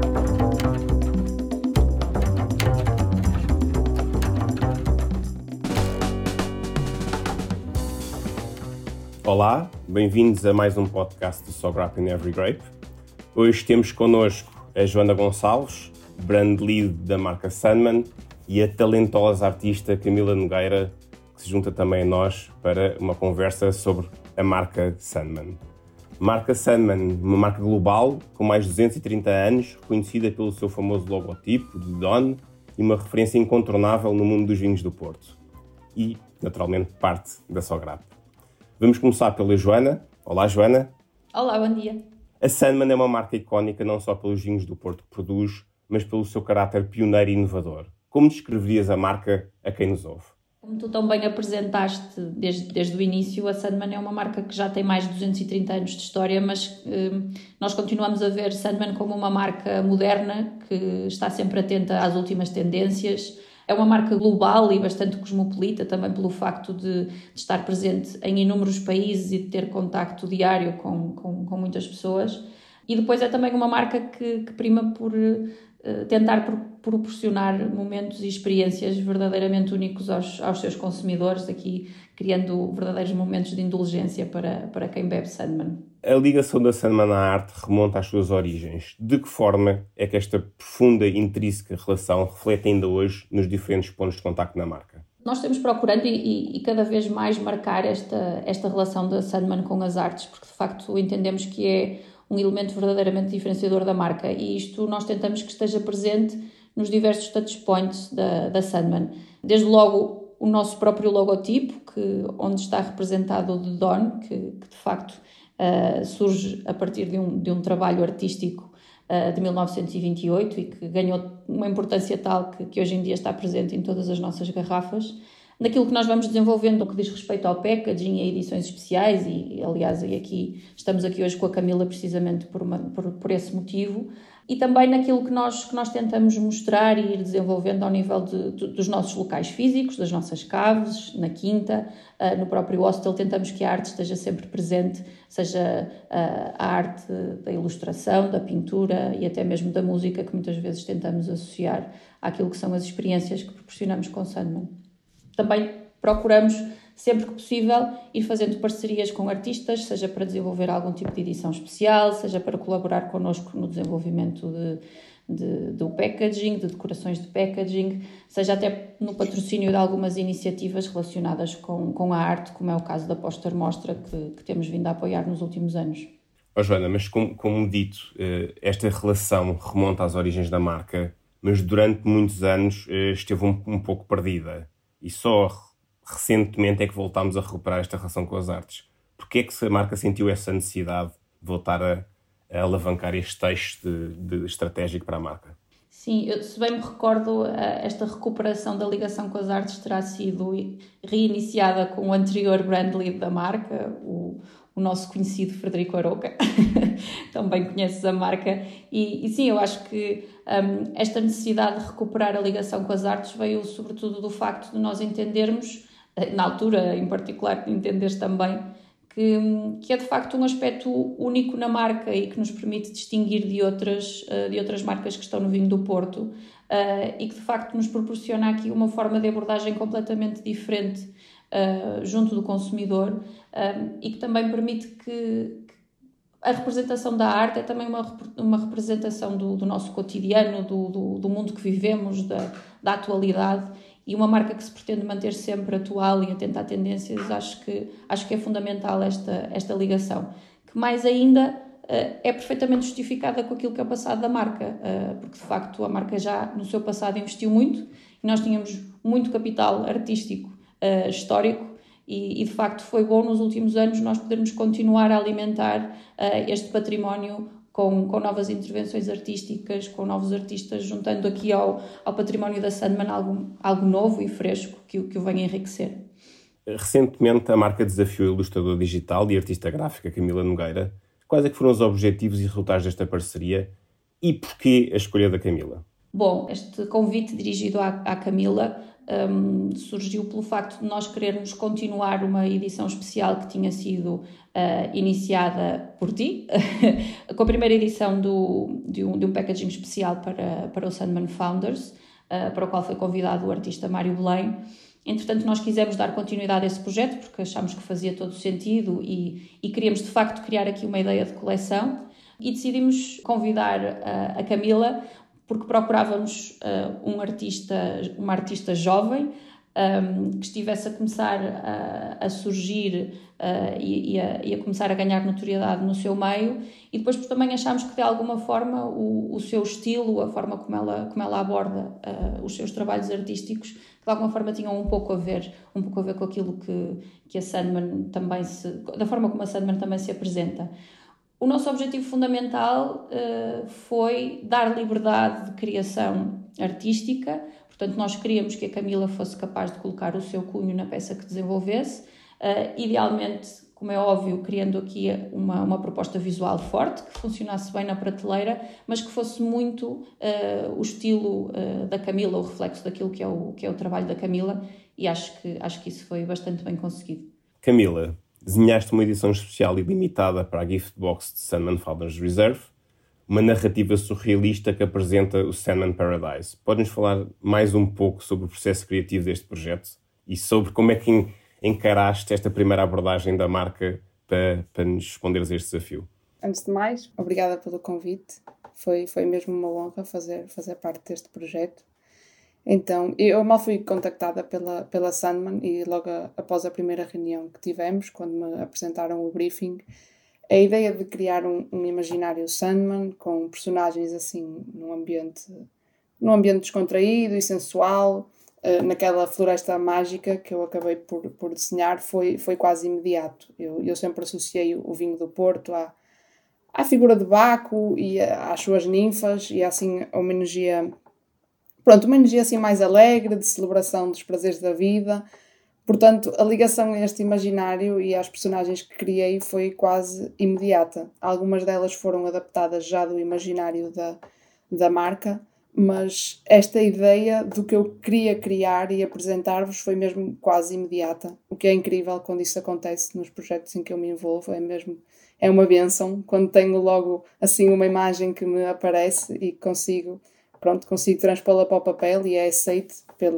Olá, bem-vindos a mais um podcast do Sograp in Every Grape. Hoje temos connosco a Joana Gonçalves, brand lead da marca Sunman, e a talentosa artista Camila Nogueira, que se junta também a nós para uma conversa sobre a marca Sunman. Marca Sunman, uma marca global com mais de 230 anos, reconhecida pelo seu famoso logotipo de Don e uma referência incontornável no mundo dos vinhos do Porto. E, naturalmente, parte da Sograp. Vamos começar pela Joana. Olá, Joana. Olá, bom dia. A Sunman é uma marca icónica não só pelos vinhos do Porto que produz, mas pelo seu caráter pioneiro e inovador. Como descreverias a marca a quem nos ouve? Como tu tão bem apresentaste desde o início, a Sunman é uma marca que já tem mais de 230 anos de história, mas nós continuamos a ver Sunman como uma marca moderna que está sempre atenta às últimas tendências. É uma marca global e bastante cosmopolita, também pelo facto de estar presente em inúmeros países e de ter contacto diário com muitas pessoas. E depois é também uma marca que prima por tentar proporcionar momentos e experiências verdadeiramente únicos aos seus consumidores, aqui criando verdadeiros momentos de indulgência para quem bebe Sunman. A ligação da Sunman à arte remonta às suas origens. De que forma é que esta profunda e intrínseca relação reflete ainda hoje nos diferentes pontos de contacto na marca? Nós temos procurando e cada vez mais marcar esta relação da Sunman com as artes, porque de facto entendemos que é um elemento verdadeiramente diferenciador da marca, e isto nós tentamos que esteja presente nos diversos touchpoints da Sunman. Desde logo o nosso próprio logotipo, onde está representado o de Don, que de facto surge a partir de um trabalho artístico de 1928 e que ganhou uma importância tal que hoje em dia está presente em todas as nossas garrafas. Naquilo que nós vamos desenvolvendo no que diz respeito ao packaging e a edições especiais, e aliás estamos aqui hoje com a Camila precisamente por esse motivo, e também naquilo que nós tentamos mostrar e ir desenvolvendo ao nível dos nossos locais físicos, das nossas caves, na quinta, no próprio hostel tentamos que a arte esteja sempre presente, seja a arte da ilustração, da pintura e até mesmo da música, que muitas vezes tentamos associar àquilo que são as experiências que proporcionamos com Sunman. Também procuramos, sempre que possível, ir fazendo parcerias com artistas, seja para desenvolver algum tipo de edição especial, seja para colaborar connosco no desenvolvimento do packaging, de decorações de packaging, seja até no patrocínio de algumas iniciativas relacionadas com a arte, como é o caso da Poster Mostra, que temos vindo a apoiar nos últimos anos. Joana, mas como dito, esta relação remonta às origens da marca, mas durante muitos anos esteve um pouco perdida. E só recentemente é que voltámos a recuperar esta relação com as artes. Porquê é que a marca sentiu essa necessidade de voltar a alavancar este eixo de estratégico para a marca? Sim, se bem me recordo, esta recuperação da ligação com as artes terá sido reiniciada com o anterior brand lead da marca, o nosso conhecido Frederico Aroca. Também conheces a marca. E sim, eu acho que esta necessidade de recuperar a ligação com as artes veio sobretudo do facto de nós entendermos, na altura em particular, entenderes também, que é de facto um aspecto único na marca e que nos permite distinguir de outras marcas que estão no vinho do Porto, e que de facto nos proporciona aqui uma forma de abordagem completamente diferente junto do consumidor, e que também permite que a representação da arte é também uma representação do nosso cotidiano, do mundo que vivemos, da atualidade, e uma marca que se pretende manter sempre atual e atenta a tendências. Acho que é fundamental esta ligação, que mais ainda é perfeitamente justificada com aquilo que é o passado da marca, porque de facto a marca já no seu passado investiu muito e nós tínhamos muito capital artístico histórico, e de facto foi bom nos últimos anos nós podermos continuar a alimentar este património com novas intervenções artísticas, com novos artistas, juntando aqui ao património da Sunman algo novo e fresco que o venha enriquecer. Recentemente a marca desafiou a ilustradora digital e artista gráfica Camila Nogueira. Quais é que foram os objetivos e resultados desta parceria e porquê a escolha da Camila? Bom, este convite dirigido à Camila surgiu pelo facto de nós querermos continuar uma edição especial que tinha sido iniciada por ti, com a primeira edição de um packaging especial para o Sandman Founders, para o qual foi convidado o artista Mário Belém. Entretanto, nós quisemos dar continuidade a esse projeto porque achámos que fazia todo o sentido e queríamos, de facto, criar aqui uma ideia de coleção e decidimos convidar a Camila porque procurávamos uma artista jovem que estivesse a começar a surgir e a começar a ganhar notoriedade no seu meio, e depois porque também achámos que de alguma forma o seu estilo, a forma como ela aborda os seus trabalhos artísticos, de alguma forma tinham um pouco a ver com aquilo que a Sandman também da forma como a Sandman também se apresenta. O nosso objetivo fundamental foi dar liberdade de criação artística. Portanto, nós queríamos que a Camila fosse capaz de colocar o seu cunho na peça que desenvolvesse, idealmente, como é óbvio, criando aqui uma proposta visual forte, que funcionasse bem na prateleira, mas que fosse muito o estilo da Camila, o reflexo daquilo que é o trabalho da Camila, e acho que isso foi bastante bem conseguido. Camila, desenhaste uma edição especial e limitada para a gift box de Sandman Founders Reserve, uma narrativa surrealista que apresenta o Sandman Paradise. Podes-nos falar mais um pouco sobre o processo criativo deste projeto e sobre como é que encaraste esta primeira abordagem da marca para nos responderes a este desafio? Antes de mais, obrigada pelo convite. Foi mesmo uma honra fazer parte deste projeto. Então, eu mal fui contactada pela Sandman e logo após a primeira reunião que tivemos, quando me apresentaram o briefing, a ideia de criar um imaginário Sandman com personagens assim num ambiente descontraído e sensual, naquela floresta mágica que eu acabei por desenhar, foi quase imediato. Eu sempre associei o vinho do Porto à figura de Baco e às suas ninfas e assim a uma energia assim mais alegre, de celebração dos prazeres da vida. Portanto, a ligação a este imaginário e às personagens que criei foi quase imediata. Algumas delas foram adaptadas já do imaginário da marca, mas esta ideia do que eu queria criar e apresentar-vos foi mesmo quase imediata. O que é incrível quando isso acontece nos projetos em que eu me envolvo, é uma bênção quando tenho logo assim uma imagem que me aparece e consigo transpô-la para o papel e é aceite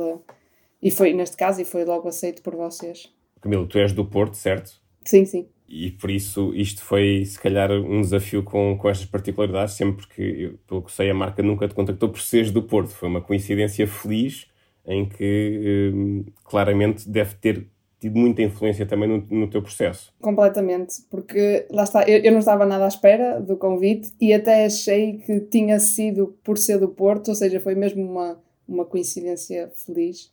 e foi neste caso e foi logo aceito por vocês. Camila, tu és do Porto, certo? Sim. E por isso isto foi se calhar um desafio com estas particularidades, sempre que, pelo que sei, a marca nunca te contactou por seres do Porto. Foi uma coincidência feliz em que claramente deve ter tido muita influência também no teu processo. Completamente, porque lá está, eu não estava nada à espera do convite e até achei que tinha sido por ser do Porto, ou seja, foi mesmo uma coincidência feliz,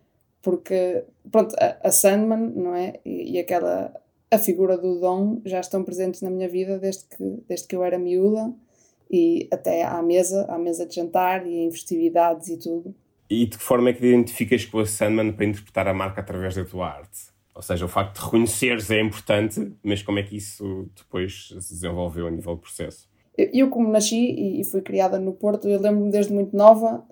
porque pronto, a Sandman, não é? E a figura do Dom já estão presentes na minha vida desde que eu era miúda e até à mesa de jantar e em festividades e tudo. E de que forma é que te identificas com a Sandman para interpretar a marca através da tua arte? Ou seja, o facto de reconheceres é importante, mas como é que isso depois se desenvolveu a nível de processo? Eu como nasci e fui criada no Porto, eu lembro-me desde muito nova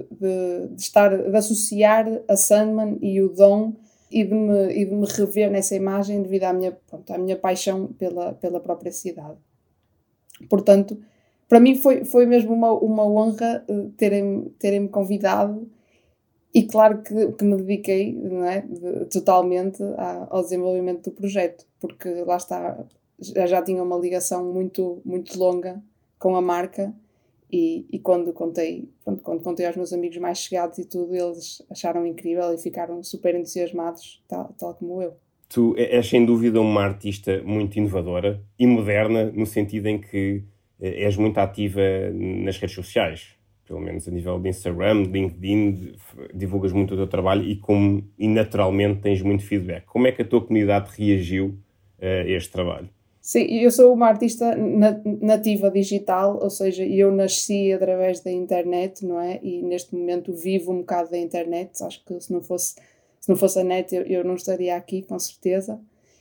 de associar a Sandman e o Dom e de me rever nessa imagem devido à minha paixão pela própria cidade. Portanto, para mim foi mesmo uma honra terem-me convidado e claro que me dediquei, não é, totalmente ao desenvolvimento do projeto, porque lá está, já tinha uma ligação muito, muito longa com a marca e quando contei aos meus amigos mais chegados e tudo, eles acharam incrível e ficaram super entusiasmados, tal como eu. Tu és sem dúvida uma artista muito inovadora e moderna no sentido em que és muito ativa nas redes sociais, pelo menos a nível de Instagram, de LinkedIn, divulgas muito o teu trabalho e naturalmente tens muito feedback. Como é que a tua comunidade reagiu a este trabalho? Sim, eu sou uma artista nativa digital, ou seja, eu nasci através da internet, não é? E neste momento vivo um bocado da internet. Acho que se não fosse a net eu não estaria aqui, com certeza.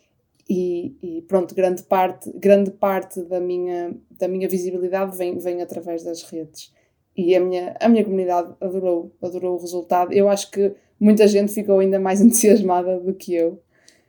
E pronto, grande parte da minha visibilidade vem através das redes. E a minha comunidade adorou o resultado. Eu acho que muita gente ficou ainda mais entusiasmada do que eu.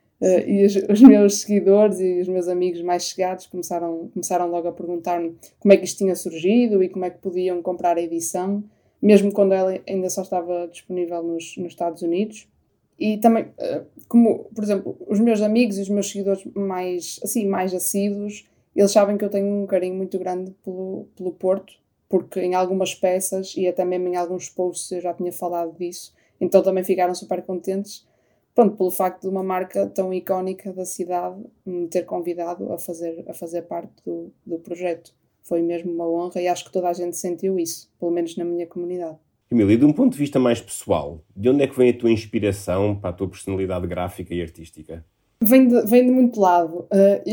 E os meus seguidores e os meus amigos mais chegados começaram logo a perguntar-me como é que isto tinha surgido e como é que podiam comprar a edição, mesmo quando ela ainda só estava disponível nos Estados Unidos. E também, como, por exemplo, os meus amigos e os meus seguidores mais assíduos, eles sabem que eu tenho um carinho muito grande pelo Porto, porque em algumas peças e até mesmo em alguns posts eu já tinha falado disso, então também ficaram super contentes, pronto, pelo facto de uma marca tão icónica da cidade me ter convidado a fazer parte do projeto. Foi mesmo uma honra e acho que toda a gente sentiu isso, pelo menos na minha comunidade. Camila, e de um ponto de vista mais pessoal, de onde é que vem a tua inspiração para a tua personalidade gráfica e artística? Vem de muito lado.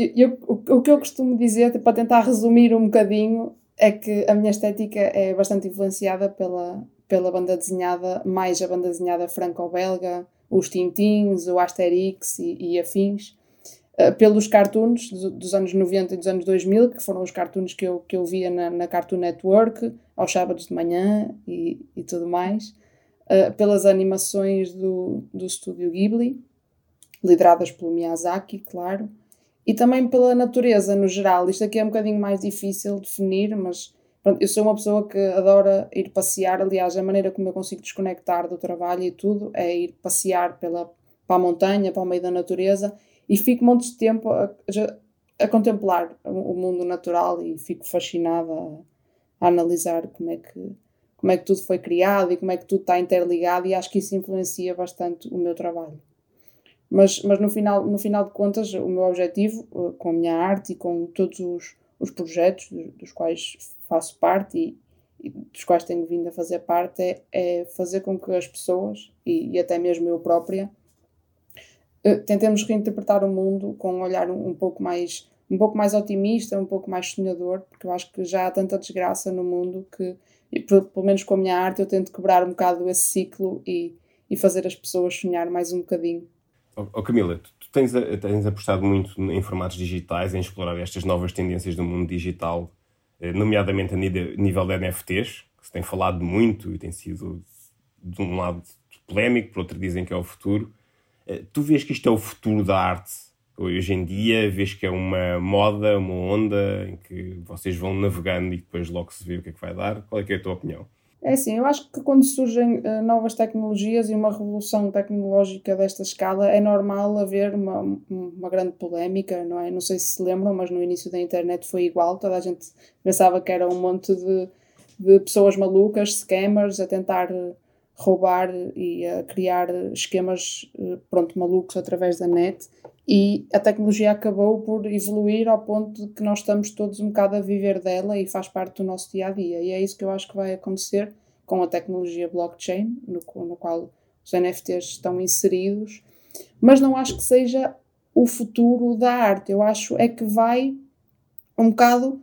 O que eu costumo dizer, para tentar resumir um bocadinho, é que a minha estética é bastante influenciada pela banda desenhada, mais a banda desenhada franco-belga, os Tintins, o Asterix e afins, pelos cartoons dos anos 90 e dos anos 2000, que foram os cartoons que eu via na Cartoon Network, aos sábados de manhã e tudo mais, pelas animações do estúdio Ghibli, lideradas pelo Miyazaki, claro, e também pela natureza no geral. Isto aqui é um bocadinho mais difícil de definir, mas pronto, eu sou uma pessoa que adora ir passear. Aliás, a maneira como eu consigo desconectar do trabalho e tudo é ir passear para a montanha, para o meio da natureza, e fico montes de tempo a contemplar o mundo natural e fico fascinada a analisar como é que tudo foi criado e como é que tudo está interligado, e acho que isso influencia bastante o meu trabalho. Mas no final de contas, o meu objetivo com a minha arte e com todos os projetos dos quais faço parte e dos quais tenho vindo a fazer parte é fazer com que as pessoas, e até mesmo eu própria, tentemos reinterpretar o mundo com um olhar um pouco mais otimista, um pouco mais sonhador, porque eu acho que já há tanta desgraça no mundo que, pelo menos com a minha arte, eu tento quebrar um bocado esse ciclo e fazer as pessoas sonhar mais um bocadinho. Camila, tu tens apostado muito em formatos digitais, em explorar estas novas tendências do mundo digital, nomeadamente a nível de NFTs, que se tem falado muito e tem sido, de um lado, polémico, por outro dizem que é o futuro. Tu vês que isto é o futuro da arte hoje em dia? Vês que é uma moda, uma onda em que vocês vão navegando e depois logo se vê o que é que vai dar? Qual é que é a tua opinião? É assim, eu acho que quando surgem novas tecnologias e uma revolução tecnológica desta escala, é normal haver uma grande polémica, não é? Não sei se lembram, mas no início da internet foi igual. Toda a gente pensava que era um monte de pessoas malucas, scammers, a tentar roubar e a criar esquemas malucos através da net. E a tecnologia acabou por evoluir ao ponto de que nós estamos todos um bocado a viver dela e faz parte do nosso dia-a-dia. E é isso que eu acho que vai acontecer com a tecnologia blockchain, no qual os NFTs estão inseridos. Mas não acho que seja o futuro da arte. Eu acho é que vai um bocado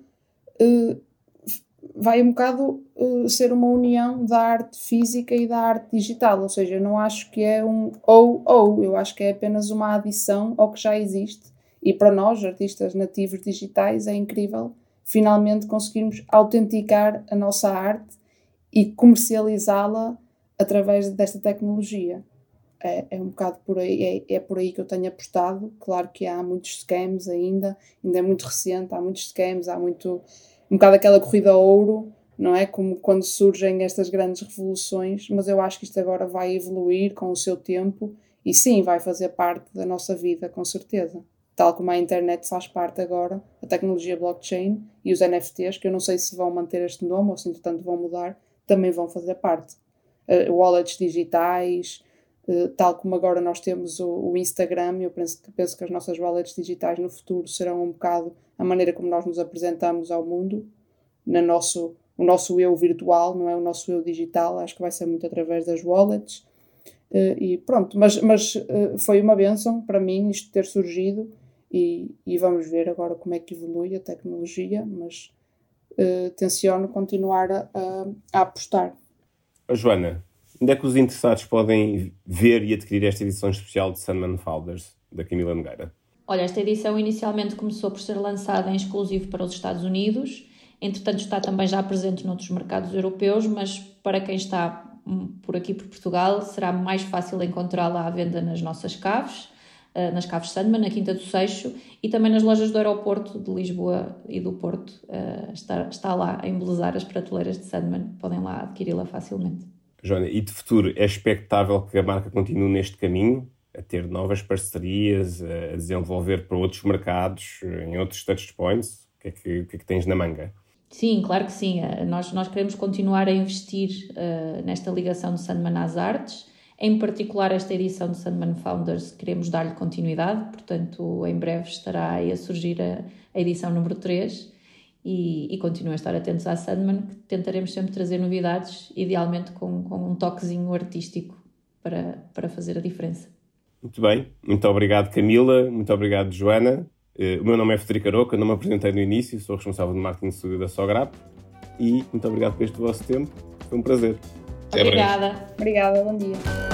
ser uma união da arte física e da arte digital, ou seja, eu não acho que é um ou, eu acho que é apenas uma adição ao que já existe, e para nós, artistas nativos digitais, é incrível finalmente conseguirmos autenticar a nossa arte e comercializá-la através desta tecnologia. É um bocado por aí, é por aí que eu tenho apostado. Claro que há muitos scams ainda é muito recente, há muitos scams, há muito... um bocado aquela corrida ao ouro, não é? Como quando surgem estas grandes revoluções, mas eu acho que isto agora vai evoluir com o seu tempo e sim, vai fazer parte da nossa vida, com certeza. Tal como a internet faz parte agora, a tecnologia blockchain e os NFTs, que eu não sei se vão manter este nome ou se entretanto vão mudar, também vão fazer parte. Wallets digitais, tal como agora nós temos o Instagram, eu penso que as nossas wallets digitais no futuro serão um bocado a maneira como nós nos apresentamos ao mundo, o nosso eu virtual, não é o nosso eu digital. Acho que vai ser muito através das wallets. E pronto, mas foi uma bênção para mim isto ter surgido e vamos ver agora como é que evolui a tecnologia, mas tenciono continuar a apostar. Joana, onde é que os interessados podem ver e adquirir esta edição especial de Sandman Founders, da Camila Nogueira? Olha, esta edição inicialmente começou por ser lançada em exclusivo para os Estados Unidos, entretanto está também já presente noutros mercados europeus, mas para quem está por aqui por Portugal, será mais fácil encontrá-la à venda nas nossas caves, nas caves Sandman, na Quinta do Seixo, e também nas lojas do aeroporto de Lisboa e do Porto. Está lá a embelezar as prateleiras de Sandman, podem lá adquiri-la facilmente. Joana, e de futuro, é expectável que a marca continue neste caminho, a ter novas parcerias, a desenvolver para outros mercados, em outros touchpoints? O que é que tens na manga? Sim, claro que sim. Nós queremos continuar a investir nesta ligação de Sandman às artes. Em particular, esta edição de Sandman Founders, queremos dar-lhe continuidade, portanto, em breve estará aí a surgir a edição número 3 e continuem a estar atentos à Sandman, que tentaremos sempre trazer novidades, idealmente com um toquezinho artístico para fazer a diferença. Muito bem, muito obrigado Camila, muito obrigado Joana. O meu nome é Federico Aroca, não me apresentei no início, sou responsável de marketing da Sograp e muito obrigado por este vosso tempo, foi um prazer. Obrigada. Obrigada, bom dia.